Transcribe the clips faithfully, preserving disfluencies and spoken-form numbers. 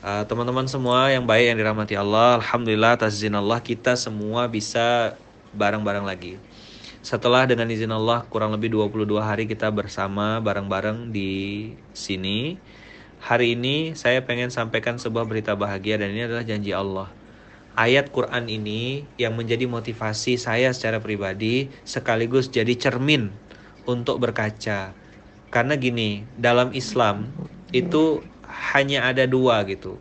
Uh, teman-teman semua yang baik yang dirahmati Allah, alhamdulillah atas izin Allah kita semua bisa bareng-bareng lagi. Setelah dengan izin Allah kurang lebih dua puluh dua hari kita bersama bareng-bareng di sini. Hari ini saya pengen sampaikan sebuah berita bahagia dan ini adalah janji Allah. Ayat Quran ini yang menjadi motivasi saya secara pribadi sekaligus jadi cermin untuk berkaca. Karena gini, dalam Islam itu hanya ada dua gitu.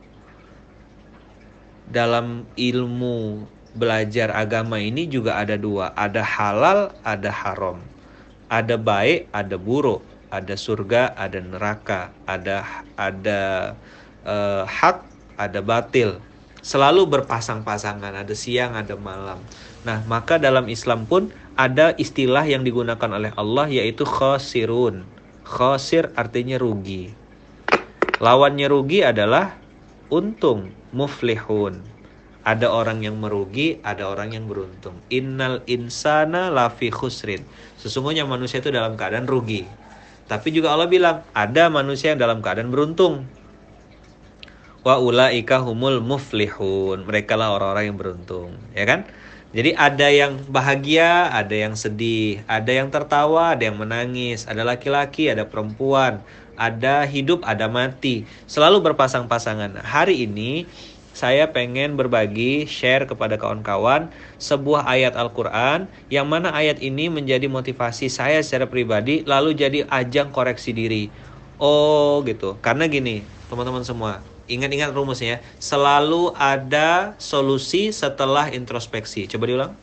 Dalam ilmu belajar agama ini juga ada dua. Ada halal, ada haram. Ada baik, ada buruk. Ada surga, ada neraka. Ada ada uh, hak, ada batil. Selalu berpasang-pasangan. Ada siang, ada malam. Nah, maka dalam Islam pun ada istilah yang digunakan oleh Allah yaitu khosirun. Khosir artinya rugi. Lawannya rugi adalah untung, muflihun. Ada orang yang merugi, ada orang yang beruntung. Innal insana lafi khusrin. Sesungguhnya manusia itu dalam keadaan rugi. Tapi juga Allah bilang, ada manusia yang dalam keadaan beruntung. Wa ulaika humul muflihun. Mereka lah orang-orang yang beruntung, ya kan? Jadi ada yang bahagia, ada yang sedih, ada yang tertawa, ada yang menangis, ada laki-laki, ada perempuan, ada hidup, ada mati. Selalu berpasang-pasangan. Hari ini saya pengen berbagi, share kepada kawan-kawan sebuah ayat Al-Quran yang mana ayat ini menjadi motivasi saya secara pribadi lalu jadi ajang koreksi diri. Oh gitu, karena gini teman-teman semua, ingat-ingat rumusnya, selalu ada solusi setelah introspeksi. Coba diulang.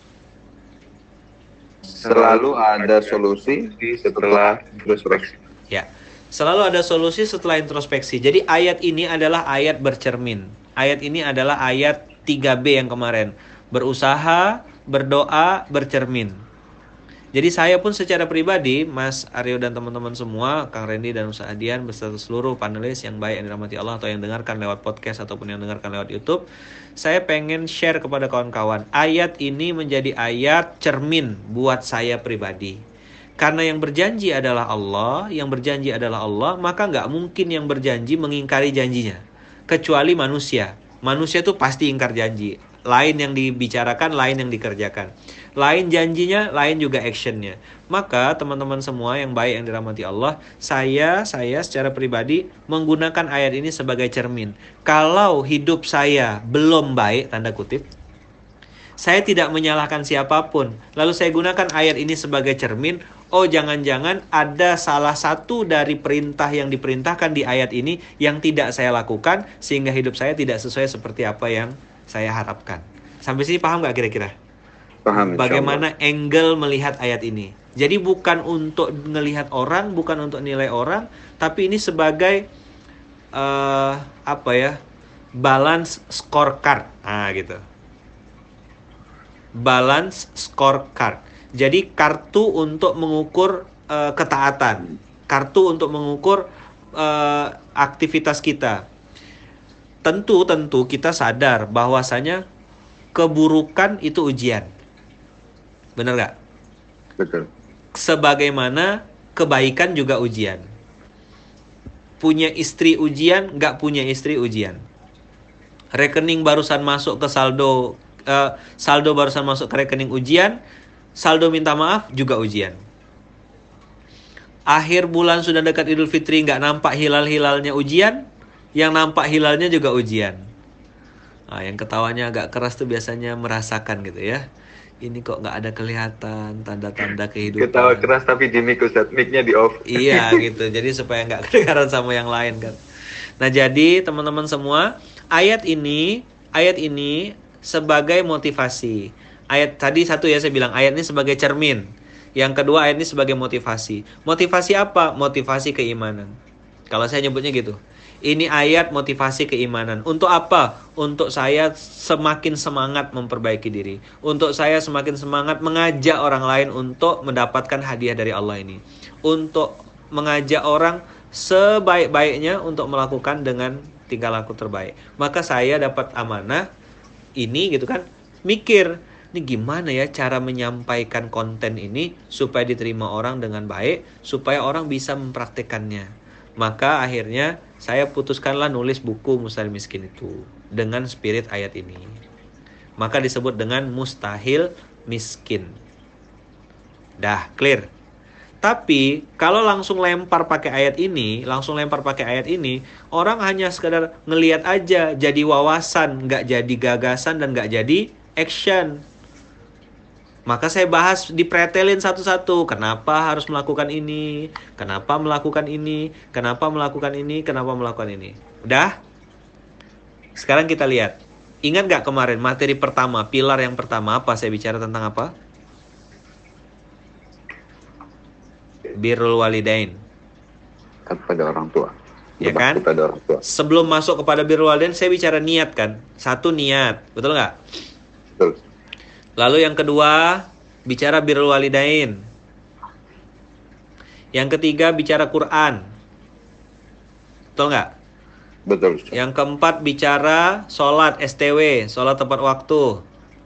Selalu ada solusi setelah introspeksi. Ya, selalu ada solusi setelah introspeksi. Jadi ayat ini adalah ayat bercermin. Ayat ini adalah ayat tiga B yang kemarin. Berusaha, berdoa, bercermin. Jadi saya pun secara pribadi, Mas Aryo dan teman-teman semua, Kang Randy dan Ustaz Adian, beserta seluruh panelis yang baik yang dirahmati Allah atau yang dengarkan lewat podcast ataupun yang dengarkan lewat YouTube, saya pengen share kepada kawan-kawan. Ayat ini menjadi ayat cermin buat saya pribadi. Karena yang berjanji adalah Allah, yang berjanji adalah Allah, maka nggak mungkin yang berjanji mengingkari janjinya. Kecuali manusia. Manusia itu pasti ingkar janji. Lain yang dibicarakan, lain yang dikerjakan. Lain janjinya, lain juga actionnya. Maka teman-teman semua yang baik yang dirahmati Allah, saya, saya secara pribadi menggunakan ayat ini sebagai cermin. Kalau hidup saya belum baik, tanda kutip, saya tidak menyalahkan siapapun. Lalu saya gunakan ayat ini sebagai cermin. Oh, jangan-jangan ada salah satu dari perintah yang diperintahkan di ayat ini yang tidak saya lakukan, sehingga hidup saya tidak sesuai seperti apa yang saya harapkan. Sampai sini paham gak kira-kira? Paham. Bagaimana angle melihat ayat ini. Jadi bukan untuk melihat orang, bukan untuk nilai orang, tapi ini sebagai uh, apa ya? balance scorecard. Ah, gitu. Balance scorecard. Jadi kartu untuk mengukur uh, ketaatan, kartu untuk mengukur uh, aktivitas kita. Tentu tentu kita sadar bahwasanya keburukan itu ujian. Benar nggak? Betul. Sebagaimana kebaikan juga ujian. Punya istri ujian, nggak punya istri ujian. Rekening barusan masuk ke saldo, uh, saldo barusan masuk ke rekening ujian. Saldo minta maaf juga ujian. Akhir bulan sudah dekat Idul Fitri, nggak nampak hilal-hilalnya ujian. Yang nampak hilalnya juga ujian. Nah, yang ketawanya agak keras tuh biasanya merasakan gitu ya. Ini kok nggak ada kelihatan tanda-tanda kehidupan. Ketawa keras tapi di mic Ustaz, mic-nya di off. Iya gitu, jadi supaya nggak kedengaran sama yang lain kan. Nah jadi teman-teman semua, ayat ini, ayat ini sebagai motivasi. Ayat tadi satu ya saya bilang, ayat ini sebagai cermin. Yang kedua ayat ini sebagai motivasi. Motivasi apa? Motivasi keimanan. Kalau saya nyebutnya gitu. Ini ayat motivasi keimanan. Untuk apa? Untuk saya semakin semangat memperbaiki diri. Untuk saya semakin semangat mengajak orang lain untuk mendapatkan hadiah dari Allah ini. Untuk mengajak orang sebaik-baiknya untuk melakukan dengan tingkah laku terbaik. Maka saya dapat amanah ini gitu kan. Mikir, ini gimana ya cara menyampaikan konten ini supaya diterima orang dengan baik, supaya orang bisa mempraktekannya. Maka akhirnya saya putuskanlah nulis buku Mustahil Miskin itu dengan spirit ayat ini. Maka disebut dengan mustahil miskin. Dah, clear. Tapi kalau langsung lempar pakai ayat ini, langsung lempar pakai ayat ini, orang hanya sekedar ngelihat aja, jadi wawasan, nggak jadi gagasan dan nggak jadi action. Maka saya bahas, dipretelin satu-satu. Kenapa harus melakukan ini? Kenapa melakukan ini? Kenapa melakukan ini? Kenapa melakukan ini? Udah? Sekarang kita lihat. Ingat gak kemarin materi pertama, pilar yang pertama apa? Saya bicara tentang apa? Birrul walidain. Kepada orang tua. Ya kan? Kepada orang tua. Sebelum masuk kepada birrul walidain, saya bicara niat kan? Satu niat. Betul nggak? Betul. Lalu yang kedua, bicara birrul walidain. Yang ketiga, bicara Quran. Betul nggak? Betul. Yang keempat, bicara sholat S T W, sholat tepat waktu.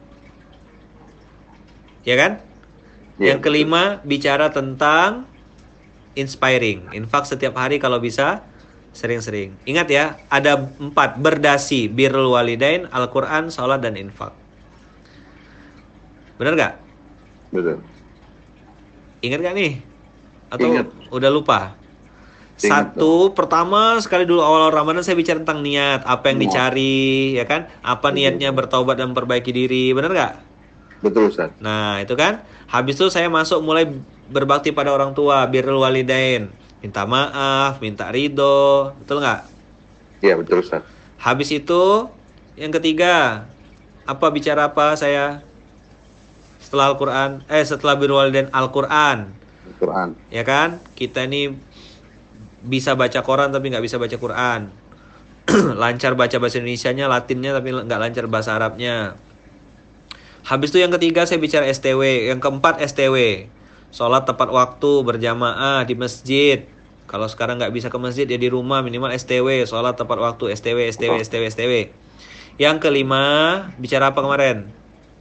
Ya kan? Ya, Yang kelima, bicara tentang inspiring. Infak setiap hari kalau bisa, sering-sering. Ingat ya, ada empat. Berdasi, birrul walidain, Al-Quran, sholat, dan infak. Bener gak? Betul. Ingat gak nih? Atau Ingat. udah lupa? Ingat Satu, pertama sekali dulu awal Ramadan saya bicara tentang niat. Apa yang Niat. dicari, ya kan? Apa Betul. niatnya bertaubat dan memperbaiki diri. Bener gak? Betul, Ustaz. Nah, itu kan. Habis itu saya masuk mulai berbakti pada orang tua, birrul walidain. Minta maaf, minta ridho. Betul nggak? Iya, betul, Ustaz. Habis itu, yang ketiga. Apa bicara apa saya? Setelah Al-Quran, eh setelah birrul walidain, Al-Quran. Al-Quran. Ya kan? Kita ini bisa baca Quran tapi nggak bisa baca Quran. Lancar baca bahasa Indonesianya, Latinnya tapi nggak lancar bahasa Arabnya. Habis itu yang ketiga saya bicara S T W. Yang keempat S T W. Sholat tepat waktu, berjamaah di masjid. Kalau sekarang nggak bisa ke masjid ya di rumah, minimal S T W. Sholat tepat waktu, S T W, S T W, S T W, S T W. Yang kelima, bicara apa kemarin?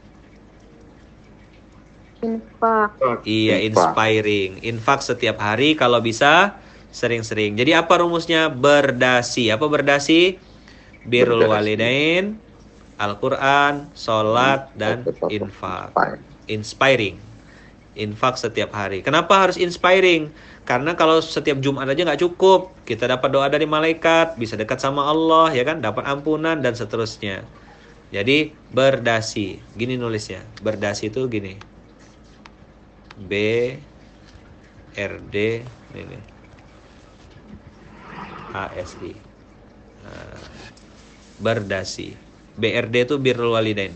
Infak. Iya, Infak. inspiring. Infak setiap hari kalau bisa sering-sering. Jadi apa rumusnya? Berdasi. Apa berdasi? Birrul Berdasi. walidain, Al-Quran, sholat, dan Tetap infak. inspire. Inspiring. Infak setiap hari. Kenapa harus inspiring? Karena kalau setiap Jumat aja nggak cukup. Kita dapat doa dari malaikat, bisa dekat sama Allah, ya kan? Dapat ampunan dan seterusnya. Jadi berdasi. Gini nulisnya. Berdasi itu gini. B R D ini. A S I. Nah, berdasi. B R D itu birrul walidain.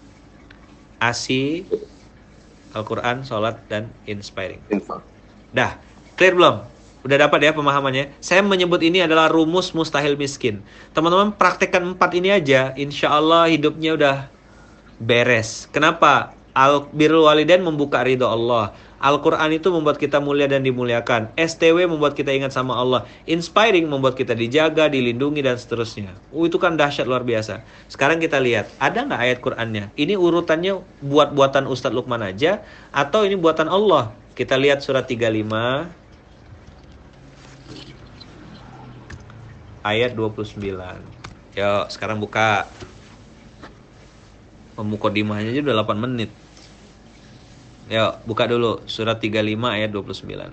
Asi, Al-Quran, sholat, dan inspiring. Infak. Dah, clear belum? Udah dapat ya pemahamannya? Saya menyebut ini adalah rumus mustahil miskin. Teman-teman praktekkan empat ini aja, insya Allah hidupnya udah beres. Kenapa? Al birrul walidain membuka ridho Allah. Al-Quran itu membuat kita mulia dan dimuliakan. S T W membuat kita ingat sama Allah. Inspiring membuat kita dijaga, dilindungi, dan seterusnya. Uh, itu kan dahsyat luar biasa. Sekarang kita lihat, ada nggak ayat Qurannya? Ini urutannya buat buatan Ustadz Lukman aja, atau ini buatan Allah? Kita lihat surat tiga puluh lima, ayat dua puluh sembilan. Yuk, sekarang buka. Pemukadimahnya aja udah delapan menit. Yuk, buka dulu surat tiga puluh lima ayat dua puluh sembilan.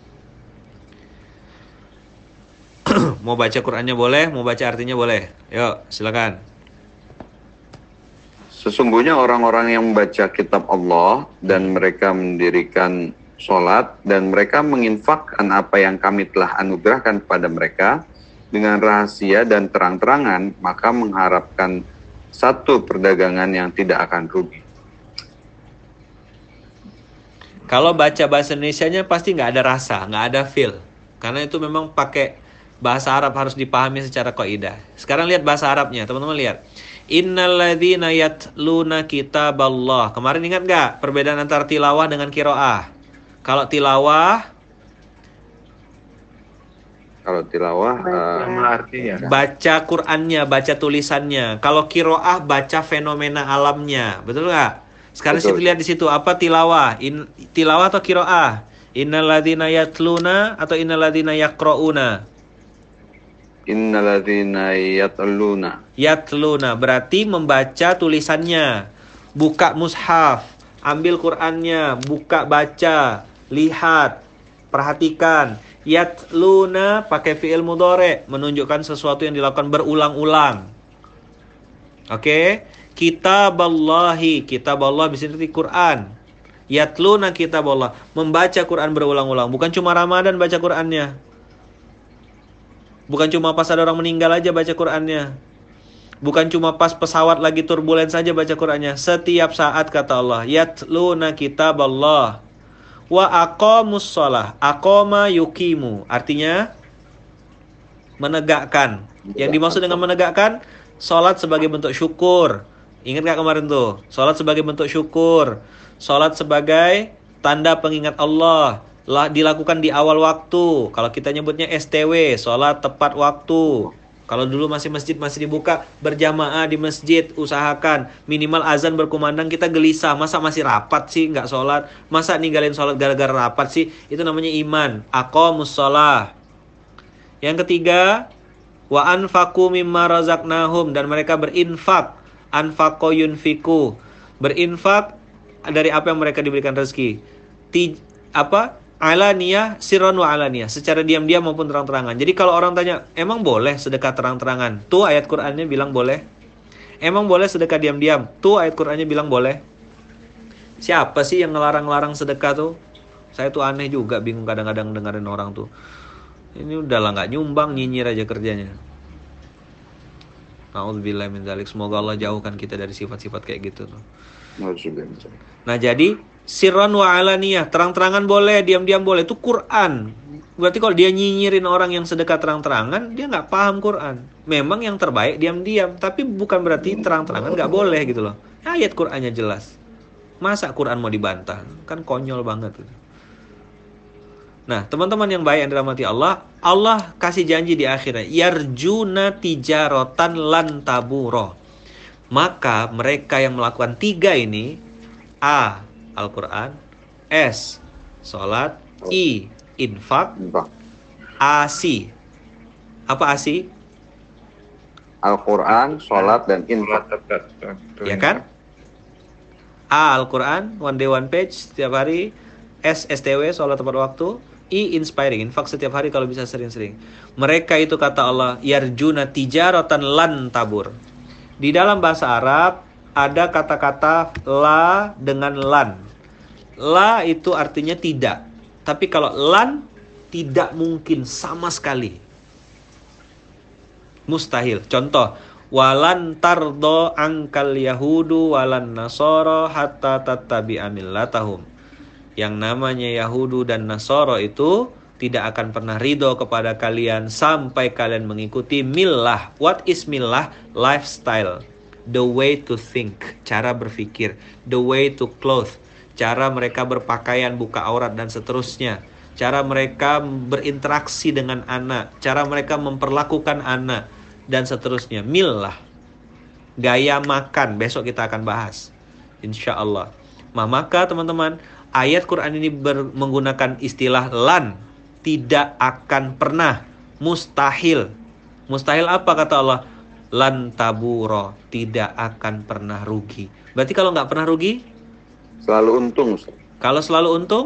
Mau baca Qur'annya boleh, mau baca artinya boleh. Yuk, silakan. Sesungguhnya orang-orang yang membaca kitab Allah dan mereka mendirikan sholat dan mereka menginfakkan apa yang kami telah anugerahkan kepada mereka dengan rahasia dan terang-terangan, maka mengharapkan satu perdagangan yang tidak akan rugi. Kalau baca bahasa Indonesianya pasti nggak ada rasa, nggak ada feel. Karena itu memang pakai bahasa Arab, harus dipahami secara kaidah. Sekarang lihat bahasa Arabnya, teman-teman lihat. Innalladzina yatluna kitaballah. Kemarin ingat nggak perbedaan antara tilawah dengan qiraah? Kalau tilawah, Kalau tilawah, uh, artinya. baca Qur'annya, baca tulisannya. Kalau qiraah, baca fenomena alamnya. Betul nggak? Sekarang Betul. situ lihat di situ apa tilawah? In, tilawah atau qiraah? Innalladzina yatluna atau innalladzina yaqrauna? Innalladzina yatluna. Yatluna berarti membaca tulisannya. Buka mushaf, ambil Qur'annya, buka baca, lihat, perhatikan. Yatluna pakai fi'il mudhari, menunjukkan sesuatu yang dilakukan berulang-ulang. Oke, okay? Kitaballahi, kitaballah bisa arti Quran. Yatluna kitaballah, membaca Quran berulang-ulang. Bukan cuma Ramadan baca Qurannya. Bukan cuma pas ada orang meninggal aja baca Qurannya. Bukan cuma pas pesawat lagi turbulens saja baca Qurannya. Setiap saat kata Allah. Yatluna kitaballah. Wa aqamus shalah. Aqama yuqimu. Artinya menegakkan. Yang dimaksud dengan menegakkan, salat sebagai bentuk syukur. Ingat gak kemarin tuh? Salat sebagai bentuk syukur. Salat sebagai tanda pengingat Allah. Lah, dilakukan di awal waktu. Kalau kita nyebutnya S T W, sholat tepat waktu. Kalau dulu masih masjid masih dibuka, berjamaah di masjid, usahakan minimal azan berkumandang. Kita gelisah, masa masih rapat sih nggak sholat, masa ninggalin sholat gara-gara rapat sih. Itu namanya iman. Aqamus shalah. Yang ketiga, wa anfaqu mimma razaqnahum, dan mereka berinfak. Anfaqo yunfiku, berinfak dari apa yang mereka diberikan rezeki. Ti, apa? Alaniyah, sirron wa alaniyah, secara diam-diam maupun terang-terangan. Jadi kalau orang tanya, emang boleh sedekah terang-terangan? Tuh ayat Qur'annya bilang boleh. Emang boleh sedekah diam-diam? Tuh ayat Qur'annya bilang boleh. Siapa sih yang ngelarang-larang sedekah tuh? Saya tuh aneh juga, bingung kadang-kadang dengerin orang tuh. Ini udahlah nggak nyumbang, nyinyir aja kerjanya. Na'udzubillah min dzalik. Semoga Allah jauhkan kita dari sifat-sifat kayak gitu tuh. Nah jadi sirron wa alaniyah, terang-terangan boleh, diam-diam boleh. Itu Quran. Berarti kalau dia nyinyirin orang yang sedekah terang-terangan, dia nggak paham Quran. Memang yang terbaik diam-diam, tapi bukan berarti terang-terangan nggak boleh gitu loh. Ayat Qurannya jelas. Masa Quran mau dibantah? Kan konyol banget gitu. Nah, teman-teman yang baik yang dirahmati Allah, Allah kasih janji di akhirnya, yarjuna tijaratan lan taburo. Maka mereka yang melakukan tiga ini, A, Al-Quran, S, Salat, I, Infak, Asi. Apa Asi? Al-Quran, Salat, dan Infak. Ya kan? A, Al-Quran, one day one page, setiap hari. S, S T W, Salat tepat waktu. I, Inspiring, infak setiap hari kalau bisa sering-sering. Mereka itu kata Allah, yarjuna tijaratan lan tabur. Di dalam bahasa Arab ada kata-kata la dengan lan. La itu artinya tidak. Tapi kalau lan, tidak mungkin sama sekali. Mustahil. Contoh, walan tardo angkal yahudu walan nasoro hatta tattabi'a millatahum. Yang namanya Yahudu dan Nasoro itu tidak akan pernah ridho kepada kalian sampai kalian mengikuti millah. What is millah? Lifestyle. The way to think, cara berpikir. The way to clothe, cara mereka berpakaian, buka aurat dan seterusnya. Cara mereka berinteraksi dengan anak, cara mereka memperlakukan anak dan seterusnya. Millah. Gaya makan, besok kita akan bahas, insya Allah. Nah, maka teman-teman, ayat Quran ini ber, menggunakan istilah lan. Tidak akan pernah, mustahil. Mustahil apa kata Allah? Lan taburo, tidak akan pernah rugi. Berarti kalau nggak pernah rugi? Selalu untung. Kalau selalu untung?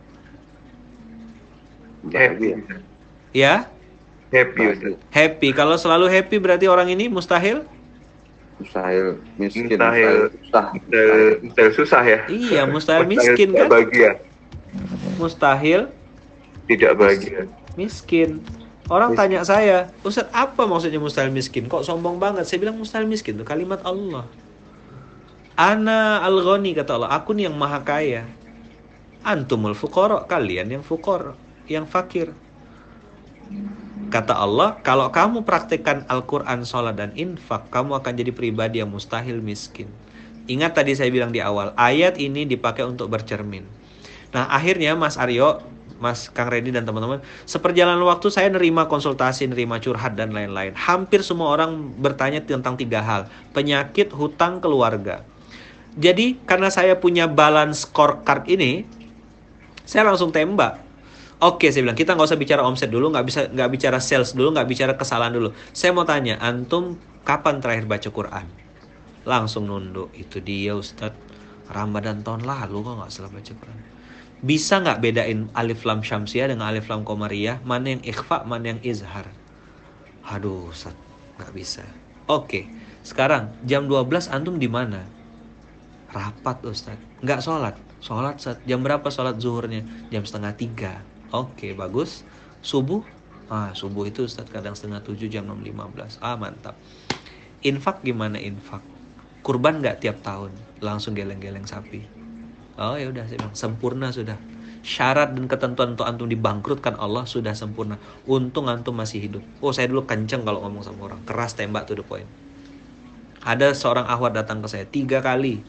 Happy. Ya? Happy. Happy. Kalau selalu happy berarti orang ini mustahil? Mustahil miskin. Mustahil susah. Mustahil, mustahil susah ya. Iya, mustahil miskin kan? Bahagia. Mustahil Tidak bahagia. miskin. Orang tanya saya, Ustaz, apa maksudnya mustahil miskin? Kok sombong banget? Saya bilang mustahil miskin itu kalimat Allah. Ana al-ghani kata Allah, aku nih yang maha kaya. Antumul fuqara, kalian yang fuqara, yang fakir. Kata Allah, kalau kamu praktekkan Al-Quran, sholat, dan infak, kamu akan jadi pribadi yang mustahil miskin. Ingat tadi saya bilang di awal, ayat ini dipakai untuk bercermin. Nah, akhirnya Mas Aryo, Mas Kang Redi dan teman-teman, seperjalanan waktu saya nerima konsultasi, nerima curhat dan lain-lain. Hampir semua orang bertanya tentang tiga hal. Penyakit, hutang, keluarga. Jadi karena saya punya balance scorecard ini, saya langsung tembak. Oke, saya bilang kita nggak usah bicara omset dulu, nggak bisa nggak bicara sales dulu, nggak bicara kesalahan dulu. Saya mau tanya, antum kapan terakhir baca Quran? Langsung nunduk. Itu dia Ustadz, Ramadan tahun lalu kok nggak salah baca Quran. Bisa nggak bedain alif lam syamsiah dengan alif lam qamariyah? Mana yang ikhfa, mana yang izhar? Aduh Ustadz, nggak bisa. Oke, sekarang jam dua belas antum di mana? Rapat Ustadz. Nggak sholat. Sholat Ustadz. Jam berapa sholat zuhurnya? Jam setengah tiga. Oke, bagus. Subuh? Ah, subuh itu Ustadz kadang setengah tujuh, jam enam lima belas. Ah, mantap. Infak gimana infak? Kurban nggak tiap tahun? Langsung geleng-geleng sapi. Oh ya udah, saya bilang sempurna sudah. Syarat dan ketentuan untuk antum dibangkrutkan Allah sudah sempurna. Untung antum masih hidup. Oh, saya dulu kenceng kalau ngomong sama orang. Keras, tembak to the point. Ada seorang akhwat datang ke saya tiga kali.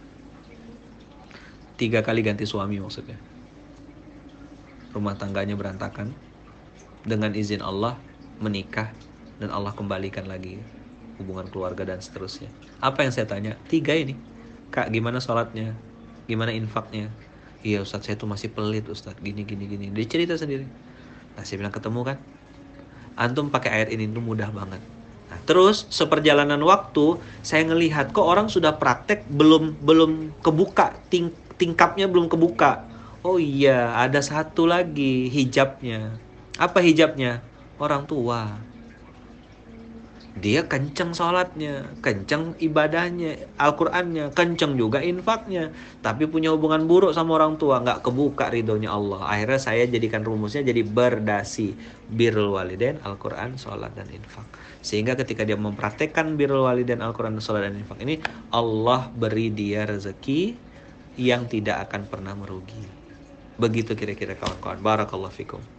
Tiga kali ganti suami maksudnya. Rumah tangganya berantakan. Dengan izin Allah menikah dan Allah kembalikan lagi hubungan keluarga dan seterusnya. Apa yang saya tanya? Tiga ini. Kak, gimana sholatnya? Gimana infaknya? Iya Ustadz, saya tuh masih pelit Ustadz. Gini, gini, gini. Dia cerita sendiri. Nah, saya bilang ketemu kan? Antum pakai ayat ini tuh mudah banget. Nah, terus seperjalanan waktu saya ngelihat kok orang sudah praktek belum belum kebuka ting, tingkapnya belum kebuka. Oh iya, ada satu lagi hijabnya. Apa hijabnya? Orang tua. Dia kenceng sholatnya, kenceng ibadahnya, Al-Qur'annya, kenceng juga infaknya, tapi punya hubungan buruk sama orang tua, nggak kebuka ridhonya Allah. Akhirnya saya jadikan rumusnya jadi berdasi, birrul walidain, Al-Qur'an, sholat dan infak. Sehingga ketika dia mempraktekkan birrul walidain, Al-Qur'an, sholat dan infak ini, Allah beri dia rezeki yang tidak akan pernah merugi. Begitu kira-kira kawan-kawan. Barakallahu fikum.